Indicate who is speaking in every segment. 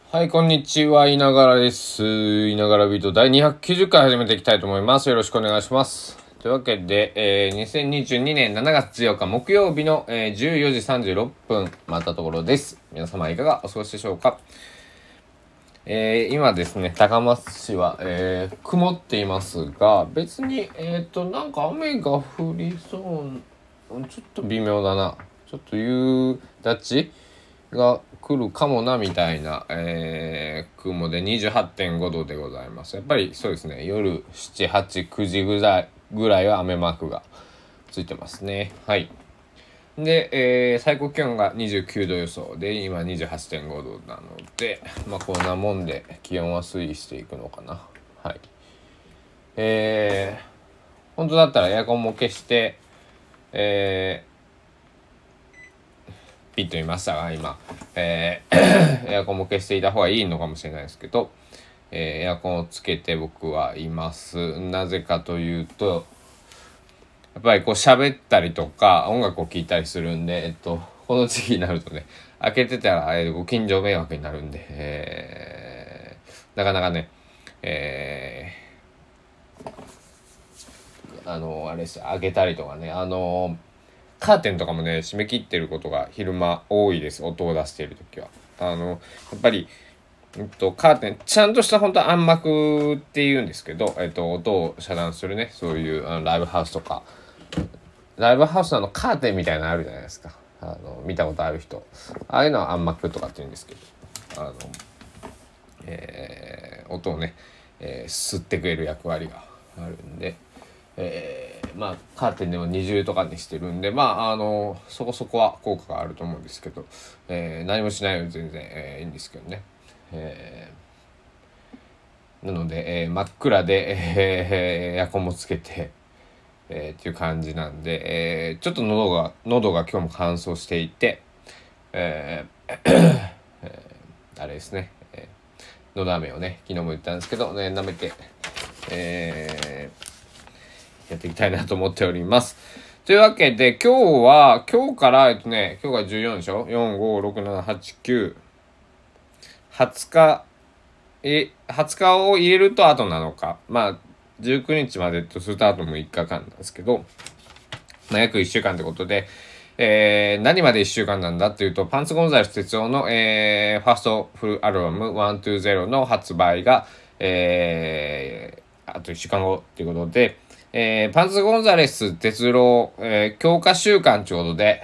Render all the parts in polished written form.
Speaker 1: はい、こんにちは。いながらです。いながらビート第290回始めていきたいと思います。よろしくお願いします。というわけで、2022年7月14日木曜日の、14時36分回ったところです。皆様いかがお過ごしでしょうか。今ですね、高松市は、曇っていますが、別に、なんか雨が降りそう、ちょっと微妙だな。ちょっと夕立が来るかもなみたいな、雲で 28.5 度でございます。やっぱりそうですね、夜7、8、9時ぐらいは雨マークがついてますね。はい。で、最高気温が29度予想で今 28.5 度なので、こんなもんで気温は推移していくのかな。はい。本当だったらエアコンも消して、ピッと言いましたが今、エアコンも消していた方がいいのかもしれないですけど、エアコンをつけて僕はいます。なぜかというと、やっぱりこう喋ったりとか音楽を聴いたりするんで、この時期になるとね、開けてたら、ご近所迷惑になるんで、なかなかね、あれです、開けたりとかね、カーテンとかもね、閉め切ってることが昼間多いです。音を出しているときは。やっぱり、カーテン、ちゃんとした本当暗幕っていうんですけど、音を遮断するね、そういうライブハウスとか、ライブハウスのカーテンみたいなのあるじゃないですか。見たことある人。ああいうのは暗幕とかって言うんですけど、音をね、吸ってくれる役割があるんで、カーテンでも二重とかにしてるんで、そこそこは効果があると思うんですけど、何もしないより全然、いいんですけどね。なので、真っ暗で、エアコンもつけて、っていう感じなんで、ちょっと喉が今日も乾燥していて、あれですね、喉飴をね、昨日も言ったんですけど、ね、舐めて、やっていきたいなと思っております。というわけで、今日から、今日が14でしょ ?4、5、6、7、8、9、20日、20日を入れるとあと7日。19日までとするとあと6日間なんですけど、約1週間ってことで、何まで1週間なんだっていうと、パンツゴンザレス哲夫の、ファーストフルアルバム120の発売が、あと1週間後っていうことで、パンツゴンザレス哲郎、強化週間ということで、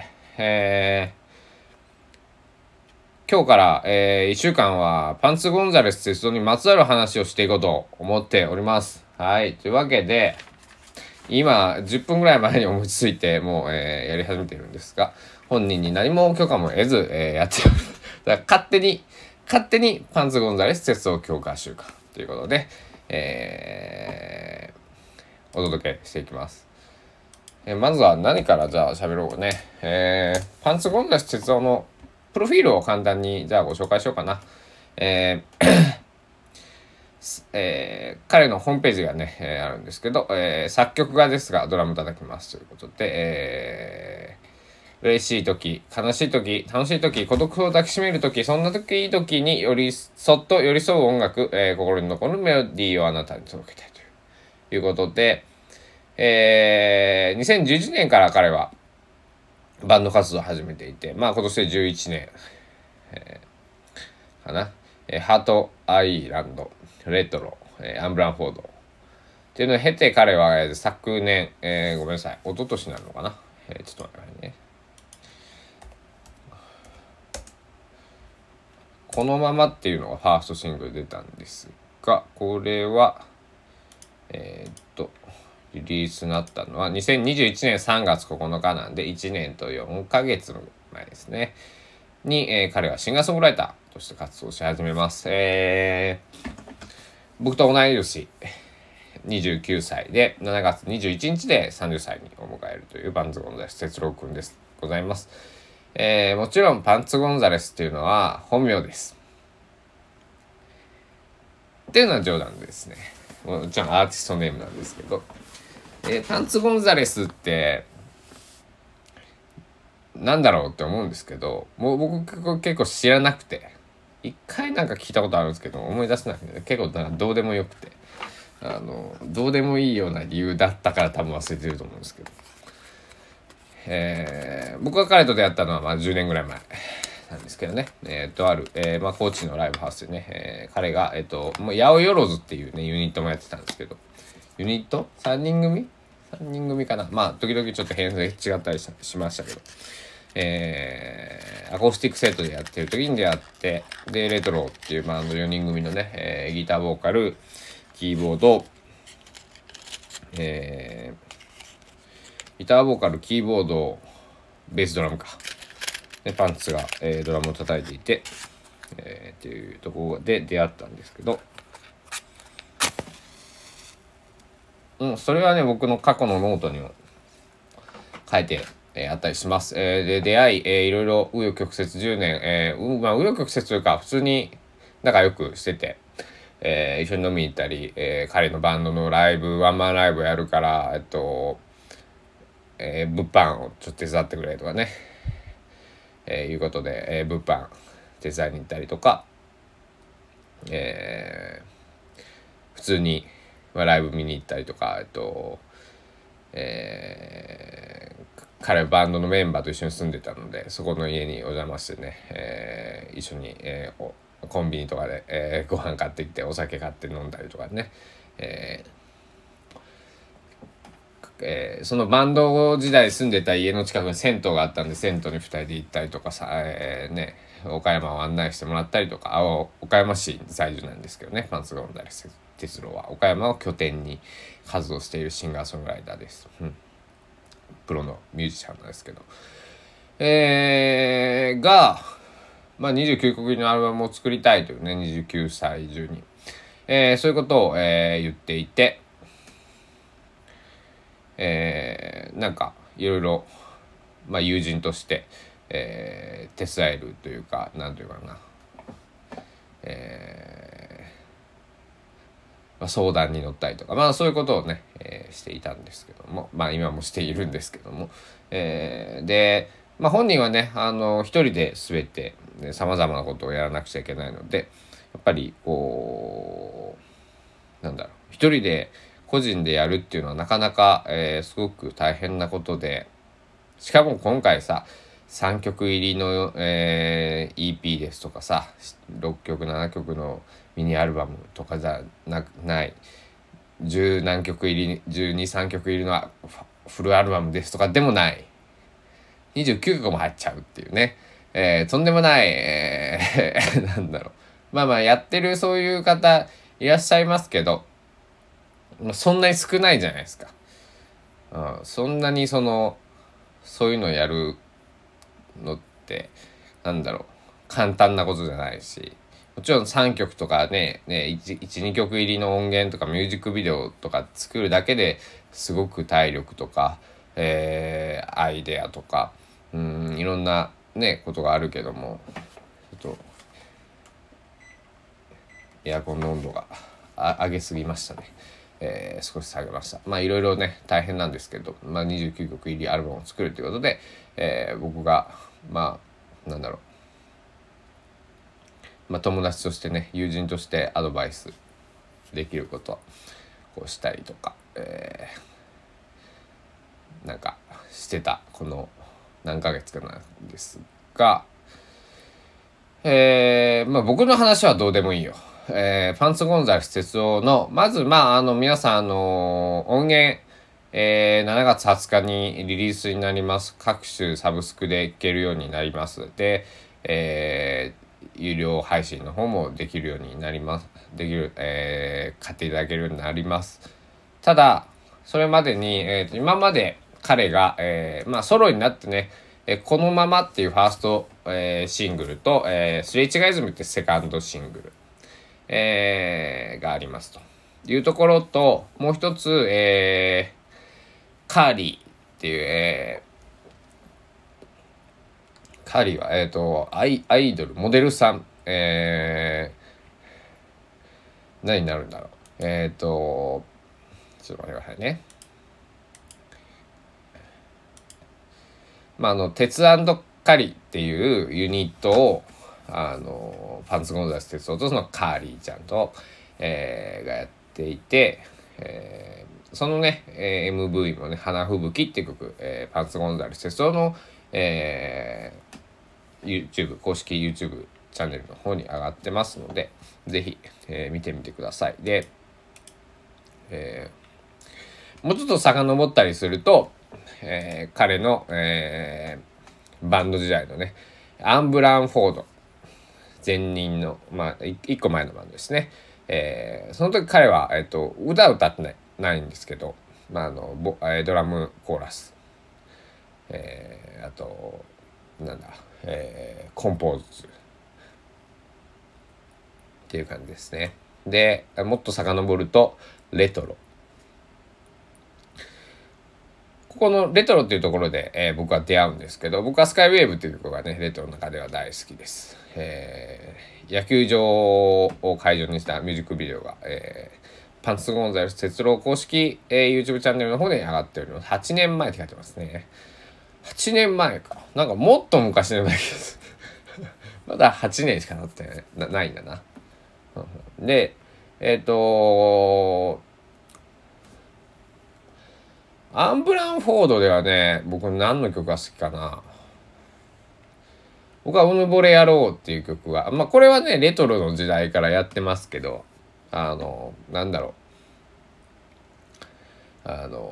Speaker 1: 今日から、1週間はパンツゴンザレス哲夫にまつわる話をしていこうと思っております。はい。というわけで、今10分ぐらい前に思いついてもう、やり始めてるんですが、本人に何も許可も得ず、やっております。だから勝手にパンツゴンザレス哲夫強化週間ということで、お届けしていきます。まずは何からじゃあ喋ろうね。パンツゴンザレス哲夫のプロフィールを簡単にじゃあご紹介しようかな。彼のホームページがね、あるんですけど、作曲家ですがドラム叩きますということで、嬉しい時、悲しい時、楽しい時、孤独を抱きしめる時、そんな時にそっと寄り添う音楽、心に残るメロディーをあなたに届けたいということで、2011年から彼はバンド活動を始めていて、今年で11年、かな。ハートアイランド、レトロ、アンブランフォードっていうのを経て彼は昨年、ごめんなさい、一昨年になるのかな。ちょっと待ってくださいね。このままっていうのがファーストシングル出たんですが、これはリリースになったのは2021年3月9日なんで1年と4ヶ月の前ですねに、彼はシンガーソングライターとして活動し始めます。僕と同い年29歳で7月21日で30歳にお迎えるというパンツゴンザレス哲郎くんですございます。もちろんパンツゴンザレスっていうのは本名ですっていうのは冗談ですね。もちろんアーティストネームなんですけど、パンツゴンザレスってなんだろうって思うんですけど、もう僕結構知らなくて、 一回なんか聞いたことあるんですけど思い出せなくて、結構なんかどうでもよくて、どうでもいいような理由だったから多分忘れてると思うんですけど、僕が彼と出会ったのはまあ10年ぐらい前なんですけどね、ある、高知のライブハウスでね、彼が、もう八百万っていうねユニットもやってたんですけど、ユニット3人組3人組かな、まあ時々ちょっと編成違ったりしましたけど、アコースティックセットでやってる時に出会って、でレトロっていうバンド4人組のね、ギターボーカルキーボード、ギターボーカルキーボードベースドラムかでパンツが、ドラムを叩いていて、っていうところで出会ったんですけど、それはね僕の過去のノートにも書いて、あったりします。で出会い、いろいろ紆余曲折10年、紆余曲折というか普通に仲良くしてて、一緒に飲みに行ったり、彼のバンドのライブワンマンライブをやるから物販をちょっと手伝ってくれとかね、いうことで、物販手伝いに行ったりとか、普通に、ライブ見に行ったりとか、彼はバンドのメンバーと一緒に住んでたのでそこの家にお邪魔してね、一緒に、コンビニとかで、ご飯買ってきてお酒買って飲んだりとかね、そのバンド時代住んでた家の近くに銭湯があったんで銭湯に2人で行ったりとかさ、岡山を案内してもらったりとか、岡山市在住なんですけどね、パンツゴンザレス哲郎は岡山を拠点に活動しているシンガーソングライターです、プロのミュージシャンなんですけど、が、29曲入りのアルバムを作りたいというね29歳中に、そういうことを、言っていて、なんかいろいろ友人として、手伝えるというかなんというかな、相談に乗ったりとかそういうことをね、していたんですけども、今もしているんですけども、で、本人はね一人で全てさまざまなことをやらなくちゃいけないので、やっぱりこう一人で個人でやるっていうのはなかなか、すごく大変なことで、しかも今回さ3曲入りの、EP ですとかさ6曲7曲のミニアルバムとかじゃない10何曲入り12、3曲入りのフルアルバムですとかでもない29曲も入っちゃうっていうね、とんでもない、やってるそういう方いらっしゃいますけど、そんなに少ないじゃないですか。そんなにそういうのやるのって簡単なことじゃないし、もちろん3曲とかね12曲入りの音源とかミュージックビデオとか作るだけですごく体力とか、アイデアとかいろんなねことがあるけども、ちょっとエアコンの温度が上げすぎましたね。少し下げました。いろいろね大変なんですけど、29曲入りアルバムを作るということで、僕が友達としてね友人としてアドバイスできることをしたりとか、してたこの何ヶ月かなんですが、僕の話はどうでもいいよ。パンツゴンザレス哲夫のまず皆さん音源、7月20日にリリースになります。各種サブスクで聴けるようになります。で、有料配信の方もできるようになります。買っていただけるようになります。ただそれまでに、今まで彼が、ソロになってねこのままっていうファースト、シングルと、すれ違いズムってセカンドシングル、がありますというところと、もう一つ、カーリーっていう、カーリーは、アイドルモデルさん、何になるんだろう、ちょっと待ってくださいね。鉄&カリっていうユニットを、 パンツゴンザレス哲夫とそのカーリーちゃんと、がやっていて、そのね、MV もね花吹雪っていう曲、パンツゴンザレス哲夫の、YouTube 公式 YouTube チャンネルの方に上がってますのでぜひ、見てみてください。で、もうちょっと遡ったりすると、彼の、バンド時代のねアンブラン・フォード前任の1個前のバンドですね。その時彼は、歌ってないんですけど、ドラムコーラス、あとコンポーズっていう感じですね。でもっと遡るとレトロ、ここのレトロっていうところで、僕は出会うんですけど、僕はスカイウェーブっていう曲がねレトロの中では大好きです。野球場を会場にしたミュージックビデオが、パンツゴンザレス哲郎公式、YouTube チャンネルの方で上がっております。8年前って書いてますね。8年前か。なんかもっと昔のような気がする。まだ8年しかなってないんだな。で、アンブランフォードではね、僕何の曲が好きかな。僕はうぬぼれ野郎っていう曲が、これはね、レトロの時代からやってますけど、なんだろう。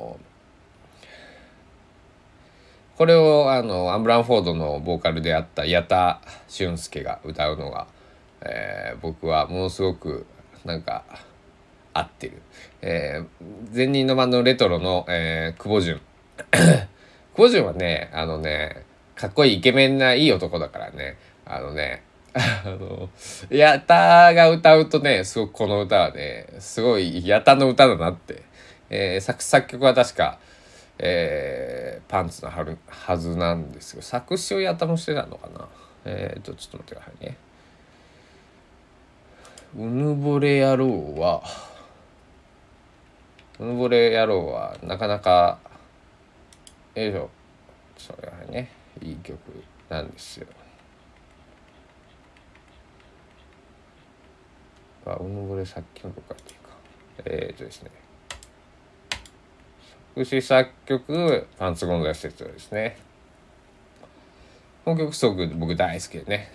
Speaker 1: これをアンブランフォードのボーカルであった矢田俊介が歌うのが、僕はものすごくなんか合ってる。前任のバンドレトロの、久保潤久保潤はねかっこいいイケメンないい男だからね矢田が歌うとねすごくこの歌はねすごい矢田の歌だなって、作曲は確か、パンツのはずなんですけど作詞を矢田もしてたのかな。ちょっと待ってくださいね。うぬぼれ野郎はなかなかそれはねいい曲なんですよ。うぬぼれ作曲家っていうかですね作詞作曲パンツゴンザレス哲郎ですね。この曲すごく僕大好きでね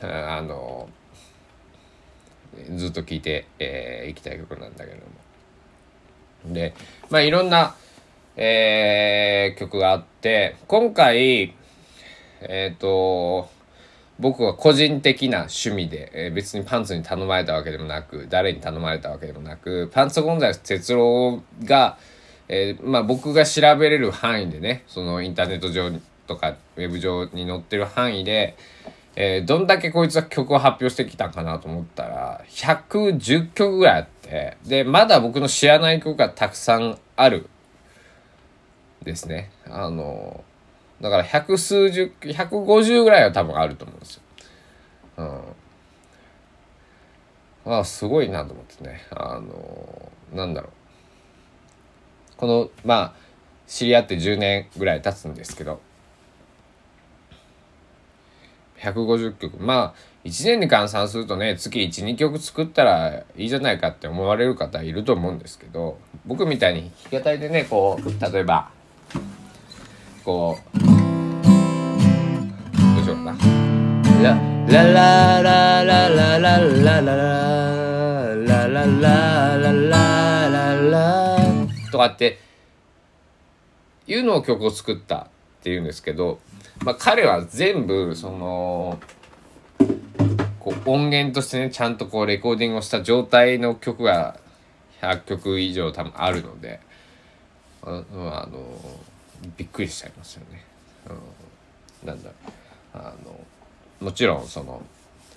Speaker 1: ずっと聴いていきたい曲なんだけどもでいろんな、曲があって今回僕は個人的な趣味で、別にパンツに頼まれたわけでもなく誰に頼まれたわけでもなくパンツゴンザレス哲郎が、僕が調べれる範囲でねそのインターネット上とかウェブ上に載ってる範囲で、どんだけこいつは曲を発表してきたんかなと思ったら110曲ぐらいあってでまだ僕の知らない曲がたくさんあるですね。だから150ぐらいは多分あると思うんですよ。すごいなと思ってねなんだろうこの知り合って10年ぐらい経つんですけど150曲1年に換算するとね月 1,2 曲作ったらいいじゃないかって思われる方いると思うんですけど僕みたいに弾き語りでねこう例えばこうどうしようかなララララララララララララララララとかっていうのを曲を作ったっていうんですけど彼は全部そのこう音源としてねちゃんとこうレコーディングをした状態の曲が100曲以上多分あるのでびっくりしちゃいますよね。もちろんその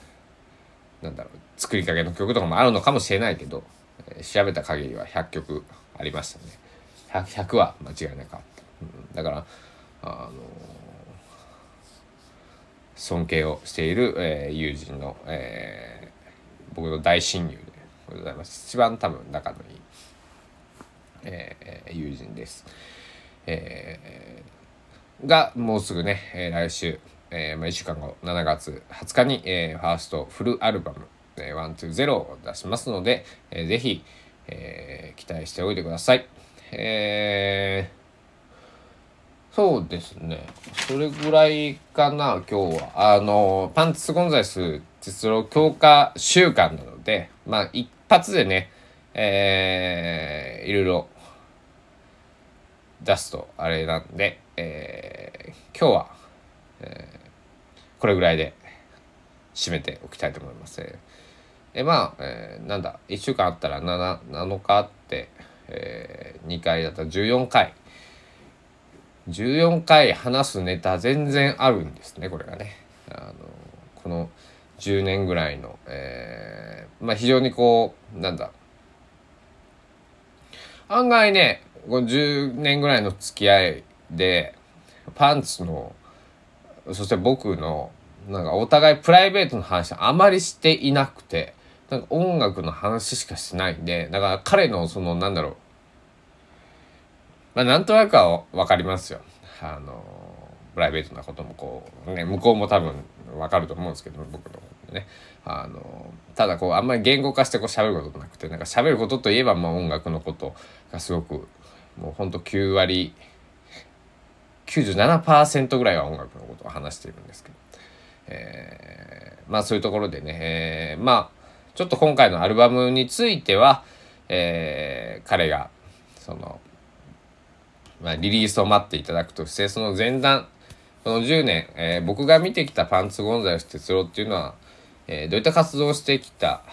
Speaker 1: 作りかけの曲とかもあるのかもしれないけど、調べた限りは100曲ありましたね。100は間違いなかった、だから尊敬をしている、友人の、僕の大親友でございます。一番多分仲のいい、友人です。がもうすぐね、来週、 1週間後7月20日に、ファーストフルアルバム120を出しますので、ぜひ、期待しておいてください。そうですね、それぐらいかな。今日はパンツゴンザレス哲郎強化週間なので、一発でね、いろいろ出すとあれなんで、今日は、これぐらいで締めておきたいと思います。なんだ1週間あったら7日あって、2回だったら14回話すネタ全然あるんですね、これがね。この10年ぐらいの、非常に案外ね、この10年ぐらいの付き合いでパンツの、そして僕のお互いプライベートの話あまりしていなくて、音楽の話しかしてないんで、だから彼のなんとなくは分かりますよ。プライベートなことも向こうも多分分かると思うんですけど、僕のね。ただあんまり言語化して喋ることなくて、喋ることといえば音楽のことがすごくもうほんと9割 97% ぐらいは音楽のことを話しているんですけど、そういうところでね、ちょっと今回のアルバムについては、彼がリリースを待っていただくとして、その前段この10年、僕が見てきたパンツゴンザレス哲郎っていうのは、どういった活動をしてきた、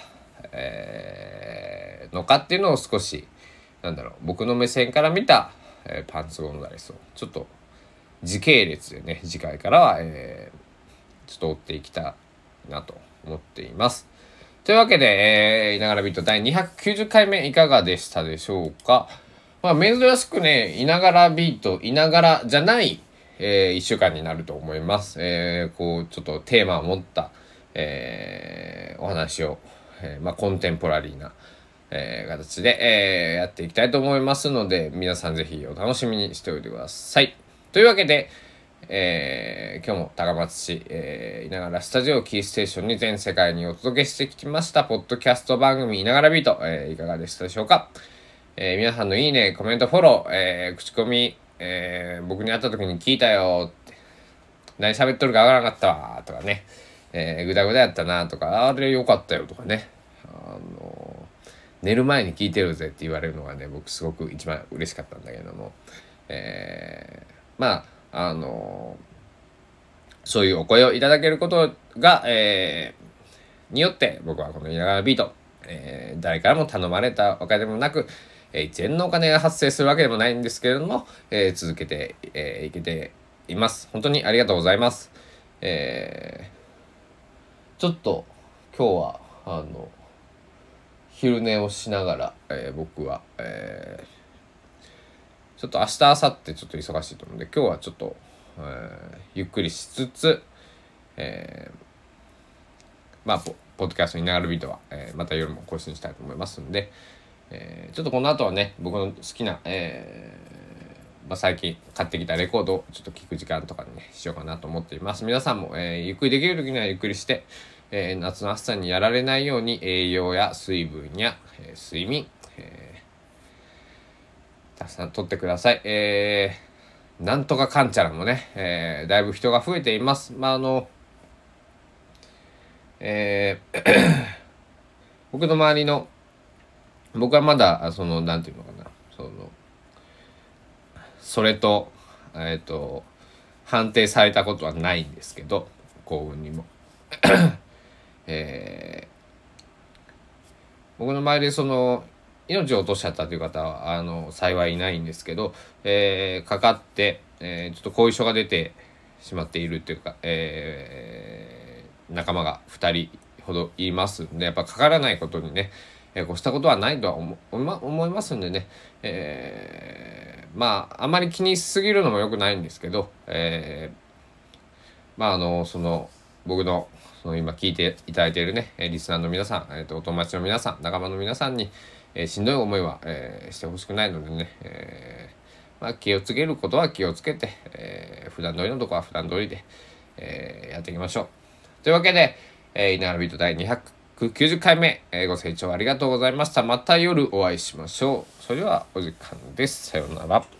Speaker 1: のかっていうのを少し僕の目線から見た、パンツゴンザレスをちょっと時系列でね、次回からは、ちょっと追っていきたいなと思っています。というわけで、いながらビート第290回目いかがでしたでしょうか。珍しくね、いながらビート、いながらじゃない、1週間になると思います。ちょっとテーマを持った、お話を、コンテンポラリーな、形で、やっていきたいと思いますので、皆さんぜひお楽しみにしておいてください。というわけで、今日も高松市、いながらスタジオキーステーションに全世界にお届けしてきましたポッドキャスト番組いながらビート、いかがでしたでしょうか。皆さんのいいね、コメント、フォロー、口コミ、僕に会った時に聞いたよって、何喋っとるかわからなかったわとかね、ぐだぐだやったなとか、あれよかったよとかね、寝る前に聞いてるぜって言われるのがね、僕すごく一番嬉しかったんだけども、そういうお声をいただけることが、によって僕はこのいながらビート、誰からも頼まれたわけでもなく、1円のお金が発生するわけでもないんですけれども、続けて、いけています。本当にありがとうございます。ちょっと今日は昼寝をしながら、僕は、ちょっと明日明後日ちょっと忙しいと思うんで、今日はちょっと、ゆっくりしつつ、ポッドキャストにながらビートは、また夜も更新したいと思いますんで、ちょっとこの後はね、僕の好きな、最近買ってきたレコードをちょっと聞く時間とかにね、しようかなと思っています。皆さんも、ゆっくりできる時にはゆっくりして、夏の暑さにやられないように栄養や水分や、睡眠、たくさんとってください。なんとかかんちゃらもね、だいぶ人が増えています。僕の周りの僕はまだなんていうのかな、それと判定されたことはないんですけど、幸運にも僕の周りで命を落としちゃったという方は幸いいないんですけど、かかって、ちょっと後遺症が出てしまっているというか、仲間が2人ほどいますんで、やっぱかからないことにね、こうしたことはないとは思いますんでね、あまり気にしすぎるのも良くないんですけど、僕の今聞いていただいているね、リスナーの皆さん、お友達の皆さん、仲間の皆さんに、しんどい思いは、してほしくないのでね、気をつけることは気をつけて、普段通りのとこは普段通りで、 やっていきましょう。というわけで、稲原ビート第290回目、ご清聴ありがとうございました。また夜お会いしましょう。それではお時間です。さようなら。